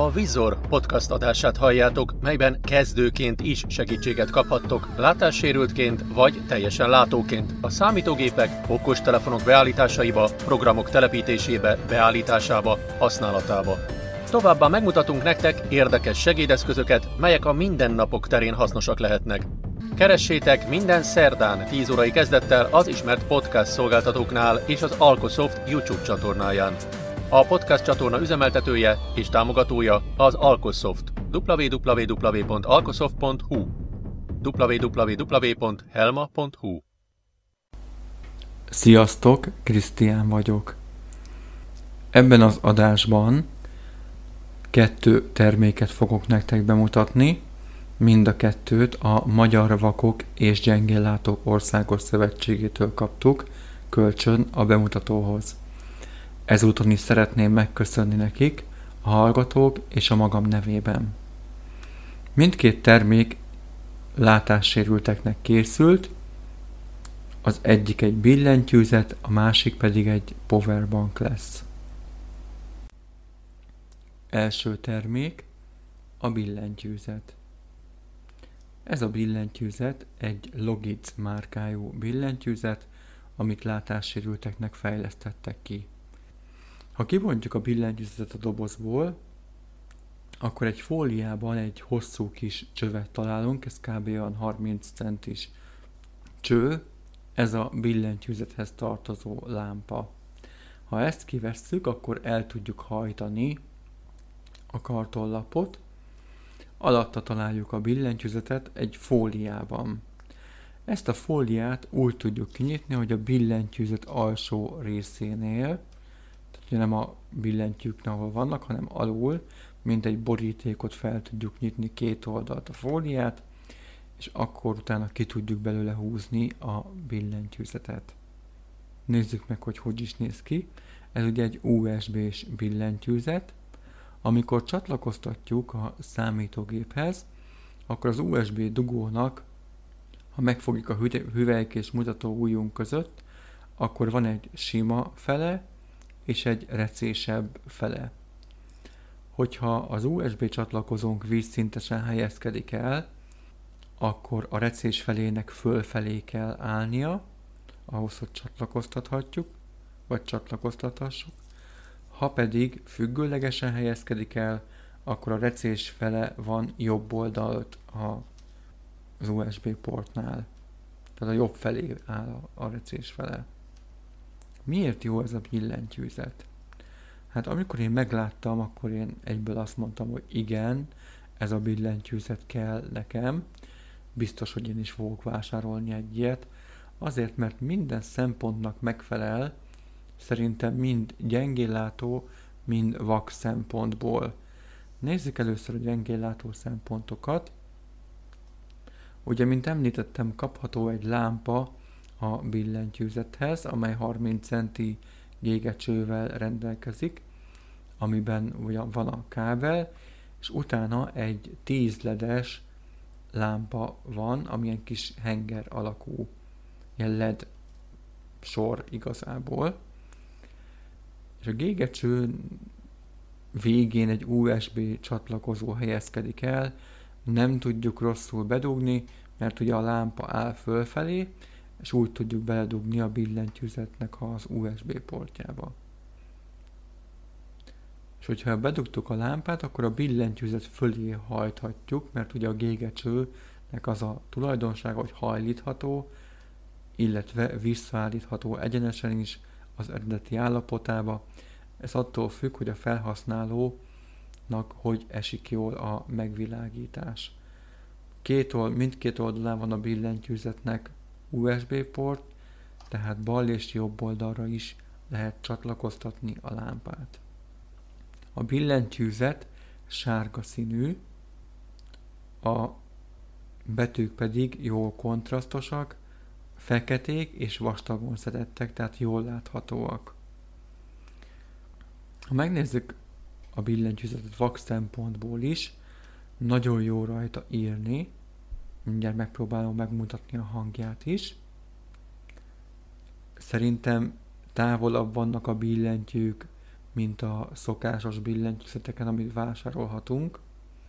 A Vizor podcast adását halljátok, melyben kezdőként is segítséget kaphattok, látássérültként vagy teljesen látóként a számítógépek, okostelefonok beállításaiba, programok telepítésébe, beállításába, használatába. Továbbá megmutatunk nektek érdekes segédeszközöket, melyek a mindennapok terén hasznosak lehetnek. Keressétek minden szerdán 10 órai kezdettel az ismert podcast szolgáltatóknál és az Alkosoft YouTube csatornáján. A podcast csatorna üzemeltetője és támogatója az Alkosoft. www.alkosoft.hu www.helma.hu. Sziasztok, Krisztián vagyok. Ebben az adásban 2 terméket fogok nektek bemutatni, mind a 2-t a Magyar Vakok és Gyengéllátók Országos Szövetségétől kaptuk kölcsön a bemutatóhoz. Ezúton is szeretném megköszönni nekik, a hallgatók és a magam nevében. Mindkét termék látássérülteknek készült, az egyik egy billentyűzet, a másik pedig egy powerbank lesz. Első termék a billentyűzet. Ez a billentyűzet egy Logic márkájú billentyűzet, amit látássérülteknek fejlesztettek ki. Ha kibontjuk a billentyűzetet a dobozból, akkor egy fóliában egy hosszú kis csövet találunk, ez kb. Olyan 30 centis cső, ez a billentyűzethez tartozó lámpa. Ha ezt kivesszük, akkor el tudjuk hajtani a kartonlapot, alatta találjuk a billentyűzetet egy fóliában. Ezt a fóliát úgy tudjuk kinyitni, hogy a billentyűzet alsó részénél, tehát nem a billentyűknél, ahol vannak, hanem alul, mint egy borítékot fel tudjuk nyitni 2 oldalt a fóliát, és akkor utána ki tudjuk belőle húzni a billentyűzetet. Nézzük meg, hogy is néz ki. Ez ugye egy USB-s billentyűzet. Amikor csatlakoztatjuk a számítógéphez, akkor az USB dugónak, ha megfogjuk a hüvelyk és mutató ujjunk között, akkor van egy sima fele és egy recésebb fele. Hogyha az USB csatlakozónk vízszintesen helyezkedik el, akkor a recés felének fölfelé kell állnia, ahhoz, hogy csatlakoztathassuk. Ha pedig függőlegesen helyezkedik el, akkor a recés fele van jobb oldalt az USB portnál. Tehát a jobb felé áll a recés fele. Miért jó ez a billentyűzet? Hát amikor én megláttam, akkor én egyből azt mondtam, hogy igen, ez a billentyűzet kell nekem. Biztos, hogy én is fogok vásárolni egy ilyet. Azért, mert minden szempontnak megfelel, szerintem mind gyengéllátó, mind vak szempontból. Nézzük először a gyengéllátó szempontokat. Ugye, mint említettem, kapható egy lámpa a billentyűzethez, amely 30 centi gégecsővel rendelkezik, amiben van a kábel, és utána egy 10 LED-es lámpa van, amilyen kis henger alakú, ilyen LED sor igazából. És a gégecső végén egy USB csatlakozó helyezkedik el, nem tudjuk rosszul bedugni, mert ugye a lámpa áll fölfelé, és úgy tudjuk beledugni a billentyűzetnek az USB portjába. És hogyha bedugtuk a lámpát, akkor a billentyűzet fölé hajthatjuk, mert ugye a gégecsőnek az a tulajdonsága, hogy hajlítható, illetve visszaállítható egyenesen is az eredeti állapotába. Ez attól függ, hogy a felhasználónak hogy esik jól a megvilágítás. Mindkét oldalán van a billentyűzetnek USB port, tehát bal és jobb oldalra is lehet csatlakoztatni a lámpát. A billentyűzet sárga színű, a betűk pedig jól kontrasztosak, feketék és vastagon szedettek, tehát jól láthatóak. Ha megnézzük a billentyűzetet vak szempontból is, nagyon jó rajta írni, mindjárt megpróbálom megmutatni a hangját is. Szerintem távolabb vannak a billentyűk, mint a szokásos billentyűzeteken, amit vásárolhatunk.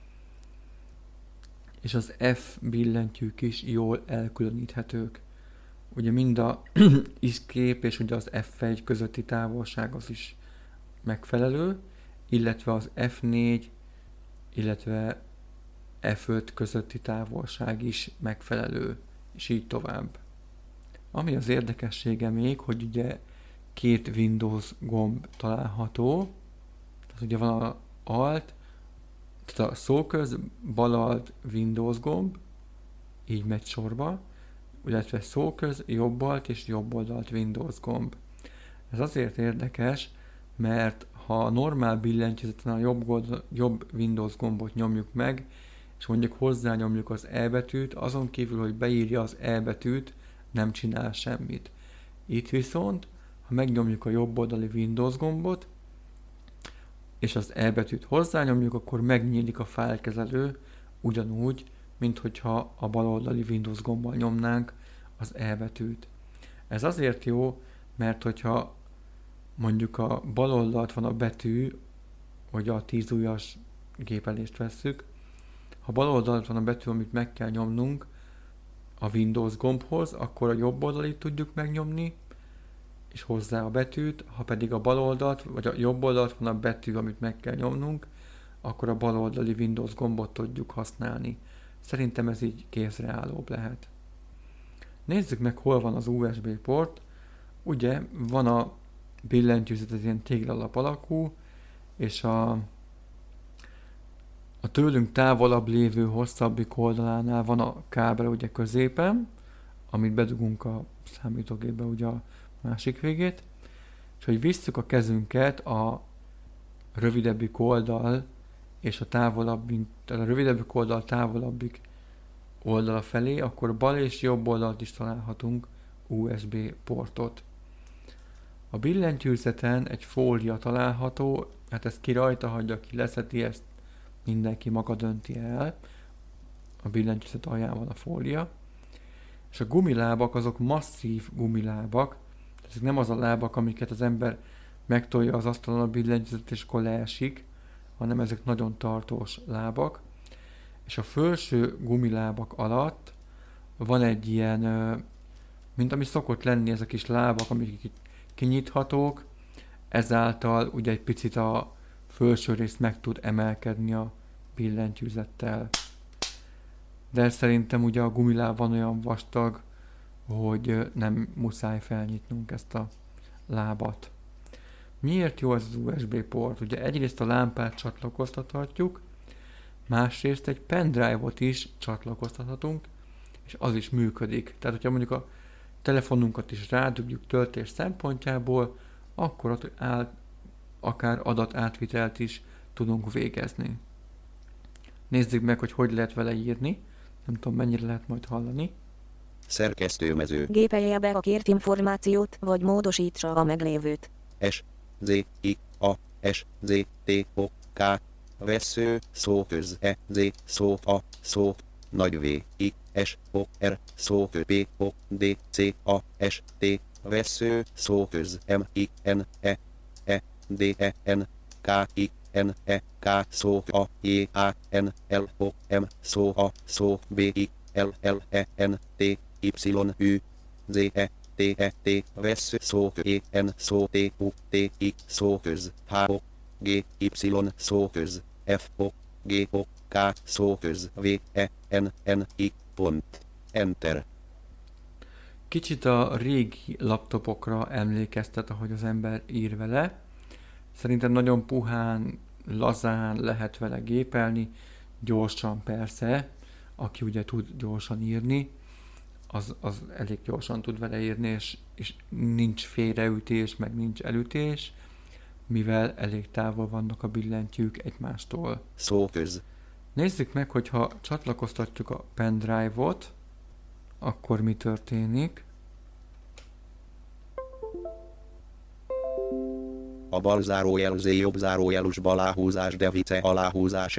És az F billentyűk is jól elkülöníthetők. Ugye mind a iskép és ugye az F1 közötti távolság az is megfelelő, illetve az F4, illetve F5 közötti távolság is megfelelő, és így tovább. Ami az érdekessége még, hogy ugye 2 Windows gomb található, tehát ugye van a Alt, tehát a szóköz bal alt Windows gomb, így megy sorba, illetve szóköz jobb alt és jobb oldalt Windows gomb. Ez azért érdekes, mert ha a normál billentyűzeten a jobb Windows gombot nyomjuk meg, és mondjuk hozzányomjuk az E betűt, azon kívül, hogy beírja az E betűt, nem csinál semmit. Itt viszont, ha megnyomjuk a jobb oldali Windows gombot, és az E betűt hozzányomjuk, akkor megnyílik a fájlkezelő, ugyanúgy, mint hogyha a bal oldali Windows gombbal nyomnánk az E betűt. Ez azért jó, mert hogyha mondjuk a bal oldalt van a betű, hogy a 10 ujjas gépelést vesszük, ha bal oldalt van a betű, amit meg kell nyomnunk a Windows gombhoz, akkor a jobb oldalit tudjuk megnyomni, és hozzá a betűt, ha pedig a bal oldalt, vagy a jobb oldalt van a betű, amit meg kell nyomnunk, akkor a bal oldali Windows gombot tudjuk használni. Szerintem ez így kézreállóbb lehet. Nézzük meg, hol van az USB port. Ugye van a billentyűzet, ez ilyen téglalap alakú, és a tőlünk távolabb lévő hosszabbik oldalánál van a kábel ugye középen, amit bedugunk a számítógépbe ugye a másik végét, és hogy visszük a kezünket a rövidebbik oldal és a távolabbik, tehát a rövidebbik oldal távolabbik oldala felé, akkor bal és jobb oldalt is találhatunk USB portot. A billentyűzeten egy fólia található, hát ezt ki rajta hagyja, ki leszeti, ezt mindenki maga dönti el. A billentyűzet alján van a fólia. És a gumilábak azok masszív gumilábak, ezek nem az a lábak, amiket az ember megtolja az asztalon a billentyűzetet és akkor leesik, hanem ezek nagyon tartós lábak. És a felső gumilábak alatt van egy ilyen, mint ami szokott lenni, ezek kis lábak, amik kinyithatók, ezáltal ugye egy picit a felső rész meg tud emelkedni a billentyűzettel. De szerintem ugye a gumiláb van olyan vastag, hogy nem muszáj felnyitnunk ezt a lábat. Miért jó ez az USB port? Ugye egyrészt a lámpát csatlakoztathatjuk, másrészt egy pendrive-ot is csatlakoztathatunk, és az is működik. Tehát, hogyha mondjuk a telefonunkat is rádugjuk töltés szempontjából, akkor ott akár adatátvitelt is tudunk végezni. Nézzük meg, hogy lehet vele írni. Nem tudom, mennyire lehet majd hallani. Szerkesztőmező. Gépelje be a kért információt, vagy módosítsa a meglévőt. S, Z, I, A, S, Z, T, O, K. Vessző, szóköz, E, Z, szó, A, szó, nagy V, I, S, O, R, szóköz, P, O, D, C, A, S, T. Vessző, szóköz, M, I, N, E, E, D, E, N, K, I, N, E, K, szó, A, J, A, N, L, O, M, szó, A, szó, B, I, L, L, E, N, T, Y, Ü, Z, E, T, E, T, vessző, szóköz, E, N, szó, T, U, T, I, szóköz, H, O, G, Y, szóköz, F, O, G, O, K, szóköz, V, E, N, N, I, pont, Enter. Kicsit a régi laptopokra emlékeztet, ahogy az ember ír vele. Szerintem nagyon puhán, lazán lehet vele gépelni, gyorsan persze, aki ugye tud gyorsan írni, az elég gyorsan tud vele írni, és nincs félreütés, meg nincs elütés, mivel elég távol vannak a billentyűk egymástól. Szóköz. Nézzük meg, hogyha csatlakoztatjuk a pendrive-ot, akkor mi történik. A bal zárójel Z jobb zárójelus aláhúzás device aláhúzás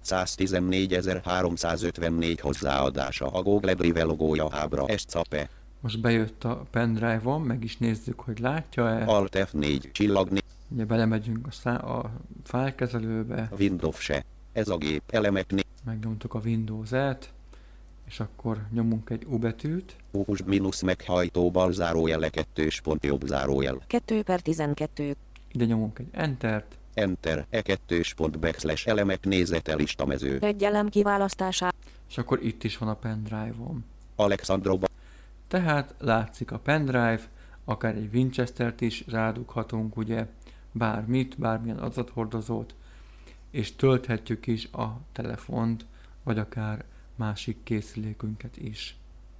1.678.714.354 hozzáadása a Google Drive logója Ábra Escape. Most bejött a pendrive-on, meg is nézzük, hogy látja-e. Alt F4 csillag. Ugye belemegyünk a fájlkezelőbe. Windows se. Ez a gép elemeknél. Megnyomtuk a Windows-et, és akkor nyomunk egy U betűt. Ús mínusz meghajtó bal zárójele 2 pont jobb zárójel. 2/12. Ide nyomunk egy Entert. Enter, E2 pont backslash elemek nézete listamező. Egy elem kiválasztása. És akkor itt is van a pendrive-om. Alexandroba. Tehát látszik a pendrive, akár egy Winchester-t is rádughatunk, ugye, bármit, bármilyen adathordozót, és tölthetjük is a telefont, vagy akár másik készülékünket is.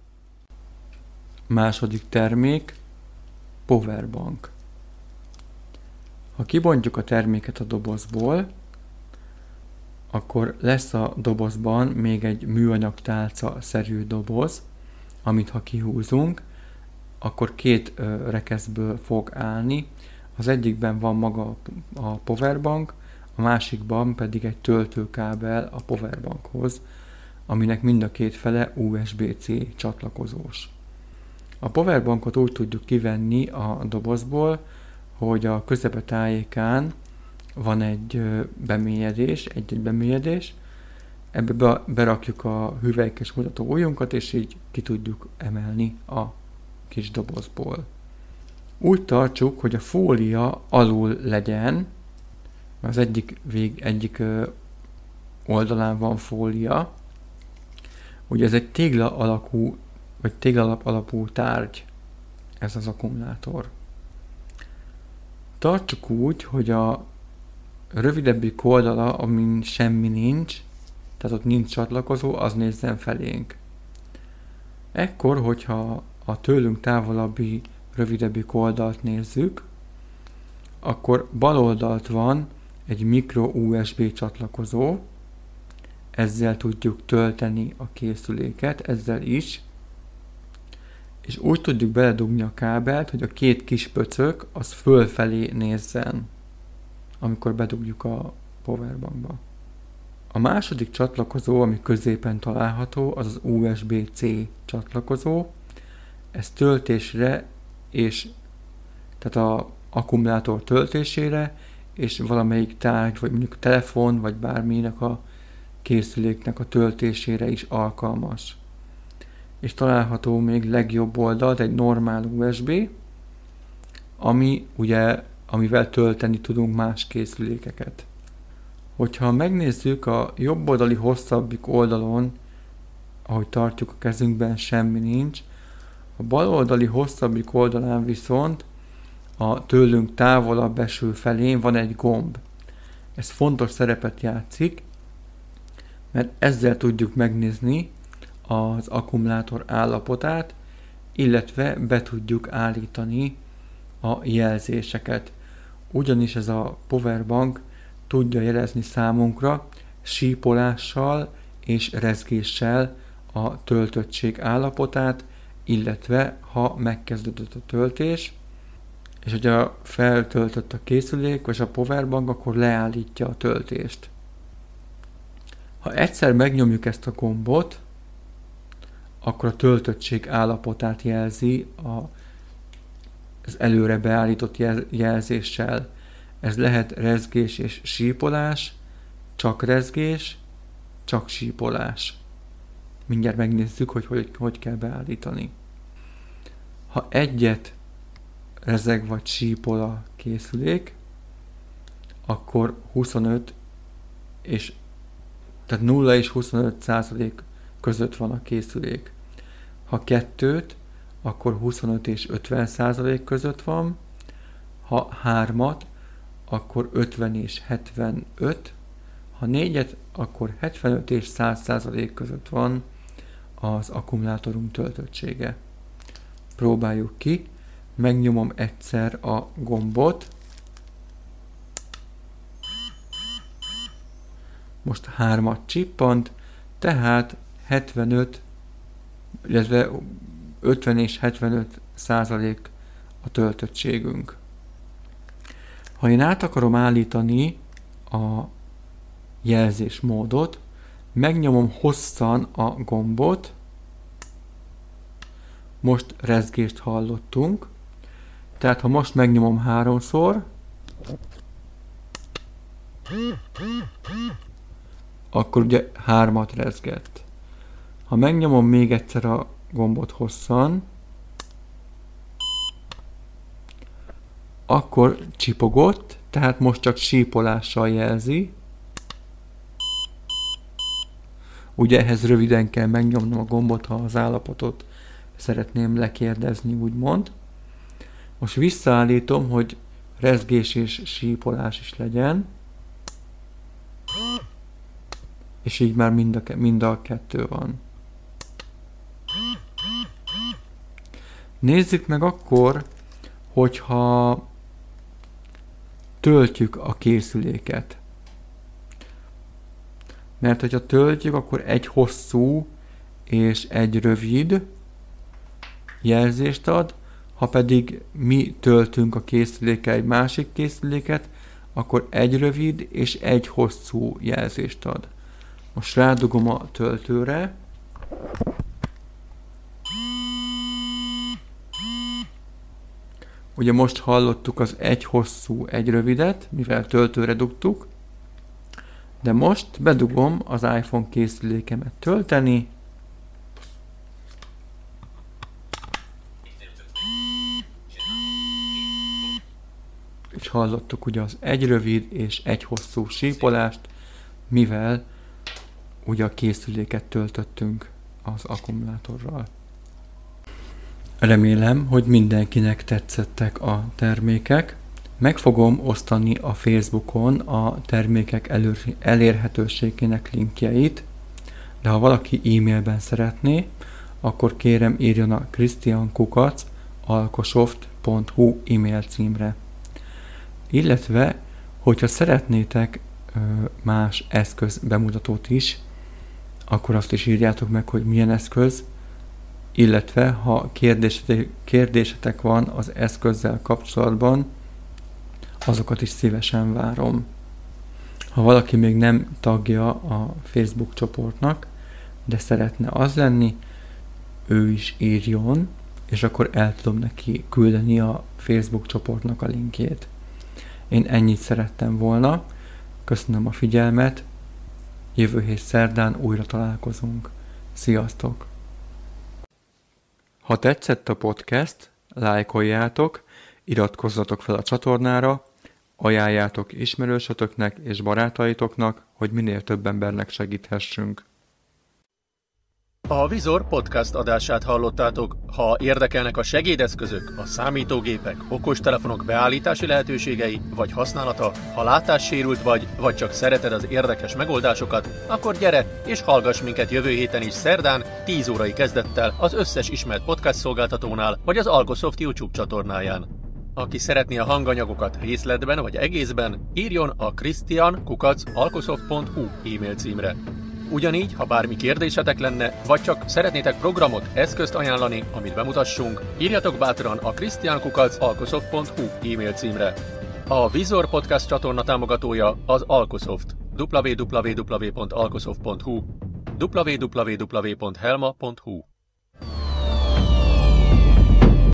Második termék, powerbank. Ha kibontjuk a terméket a dobozból, akkor lesz a dobozban még egy műanyag tálca-szerű doboz, amit ha kihúzunk, akkor két rekeszből fog állni. Az egyikben van maga a powerbank, a másikban pedig egy töltőkábel a powerbankhoz, aminek mind a két fele USB-C csatlakozós. A powerbankot úgy tudjuk kivenni a dobozból, hogy a közepe tájékán van egy bemélyedés, egy bemélyedés, ebbe berakjuk a hüvelykes mutató ujjunkat, és így ki tudjuk emelni a kis dobozból. Úgy tartsuk, hogy a fólia alul legyen, az egyik oldalán van fólia. Ugye ez egy tégla alakú, vagy téglalap alapú tárgy, ez az akkumulátor. Tartsuk úgy, hogy a rövidebbik oldala, amin semmi nincs, tehát ott nincs csatlakozó, az nézzen felénk. Ekkor, hogyha a tőlünk távolabbi, rövidebbik oldalt nézzük, akkor bal oldalt van egy micro USB csatlakozó, ezzel tudjuk tölteni a készüléket, ezzel is, és úgy tudjuk beledugni a kábelt, hogy a két kis pöcök az fölfelé nézzen, amikor bedugjuk a powerbankba. A második csatlakozó, ami középen található, az az USB-C csatlakozó. Ez töltésre, és tehát az akkumulátor töltésére, és valamelyik tárgy, vagy mondjuk telefon, vagy bárminek a készüléknek a töltésére is alkalmas. És található még legjobb oldalt egy normál USB, amivel tölteni tudunk más készülékeket. Hogyha megnézzük a jobb oldali hosszabbik oldalon, ahogy tartjuk a kezünkben, semmi nincs. A bal oldali hosszabbik oldalán viszont a tőlünk távolabb eső felén van egy gomb. Ez fontos szerepet játszik, mert ezzel tudjuk megnézni az akkumulátor állapotát, illetve be tudjuk állítani a jelzéseket. Ugyanis ez a powerbank tudja jelezni számunkra sípolással és rezgéssel a töltöttség állapotát, illetve ha megkezdődött a töltés, és hogyha feltöltött a készülék, vagy a powerbank, akkor leállítja a töltést. Ha egyszer megnyomjuk ezt a gombot, akkor a töltöttség állapotát jelzi az előre beállított jelzéssel. Ez lehet rezgés és sípolás, csak rezgés, csak sípolás. Mindjárt megnézzük, hogy kell beállítani. Ha egyet rezeg vagy sípol a készülék, akkor 0 és 25% között van a készülék. Ha kettőt, akkor 25 és 50% között van. Ha hármat, akkor 50 és 75. Ha négyet, akkor 75 és 100% között van az akkumulátorunk töltöttsége. Próbáljuk ki. Megnyomom egyszer a gombot. Most 3-at csippant, tehát 75, illetve 50 és 75% a töltöttségünk. Ha én át akarom állítani a jelzésmódot, megnyomom hosszan a gombot, Most rezgést hallottunk. Tehát ha most megnyomom 3-szor, akkor ugye 3-at rezgett. Ha megnyomom még egyszer a gombot hosszan, akkor csipogott, tehát most csak sípolással jelzi. Ugye ehhez röviden kell megnyomnom a gombot, ha az állapotot szeretném lekérdezni, úgymond. Most visszaállítom, hogy rezgés és sípolás is legyen. És így már mind a kettő van. Nézzük meg akkor, hogyha töltjük a készüléket. Mert hogyha töltjük, akkor egy hosszú és egy rövid jelzést ad, ha pedig mi töltünk a készülékkel egy másik készüléket, akkor egy rövid és egy hosszú jelzést ad. Most rádugom a töltőre. Ugye most hallottuk az egy hosszú, egy rövidet, mivel töltőre dugtuk. De most bedugom az iPhone készülékemet tölteni. És hallottuk ugye az egy rövid és egy hosszú sípolást, mivel ugye a készüléket töltöttünk az akkumulátorral. Remélem, hogy mindenkinek tetszettek a termékek. Meg fogom osztani a Facebookon a termékek elérhetőségének linkjeit, de ha valaki e-mailben szeretné, akkor kérem írjon a christian@alkosoft.hu e-mail címre. Illetve, hogyha szeretnétek más eszköz bemutatót is, akkor azt is írjátok meg, hogy milyen eszköz, illetve ha kérdésetek van az eszközzel kapcsolatban, azokat is szívesen várom. Ha valaki még nem tagja a Facebook csoportnak, de szeretne az lenni, ő is írjon, és akkor el tudom neki küldeni a Facebook csoportnak a linkjét. Én ennyit szerettem volna, köszönöm a figyelmet, jövő hét szerdán újra találkozunk. Sziasztok! Ha tetszett a podcast, lájkoljátok, iratkozzatok fel a csatornára, ajánljátok ismerősötöknek és barátaitoknak, hogy minél több embernek segíthessünk. A Vizor podcast adását hallottátok. Ha érdekelnek a segédeszközök, a számítógépek, okostelefonok beállítási lehetőségei vagy használata, ha látássérült vagy csak szereted az érdekes megoldásokat, akkor gyere és hallgass minket jövő héten is szerdán 10 órai kezdettel az összes ismert podcast szolgáltatónál vagy az Alkosoft YouTube csatornáján. Aki szeretné a hanganyagokat részletben vagy egészben, írjon a christian@alkosoft.hu e-mail címre. Ugyanígy, ha bármi kérdésetek lenne, vagy csak szeretnétek programot, eszközt ajánlani, amit bemutassunk, írjatok bátran a christian@alkosoft.hu e-mail címre. A Vizor Podcast csatorna támogatója az Alkosoft. www.alkosoft.hu www.helma.hu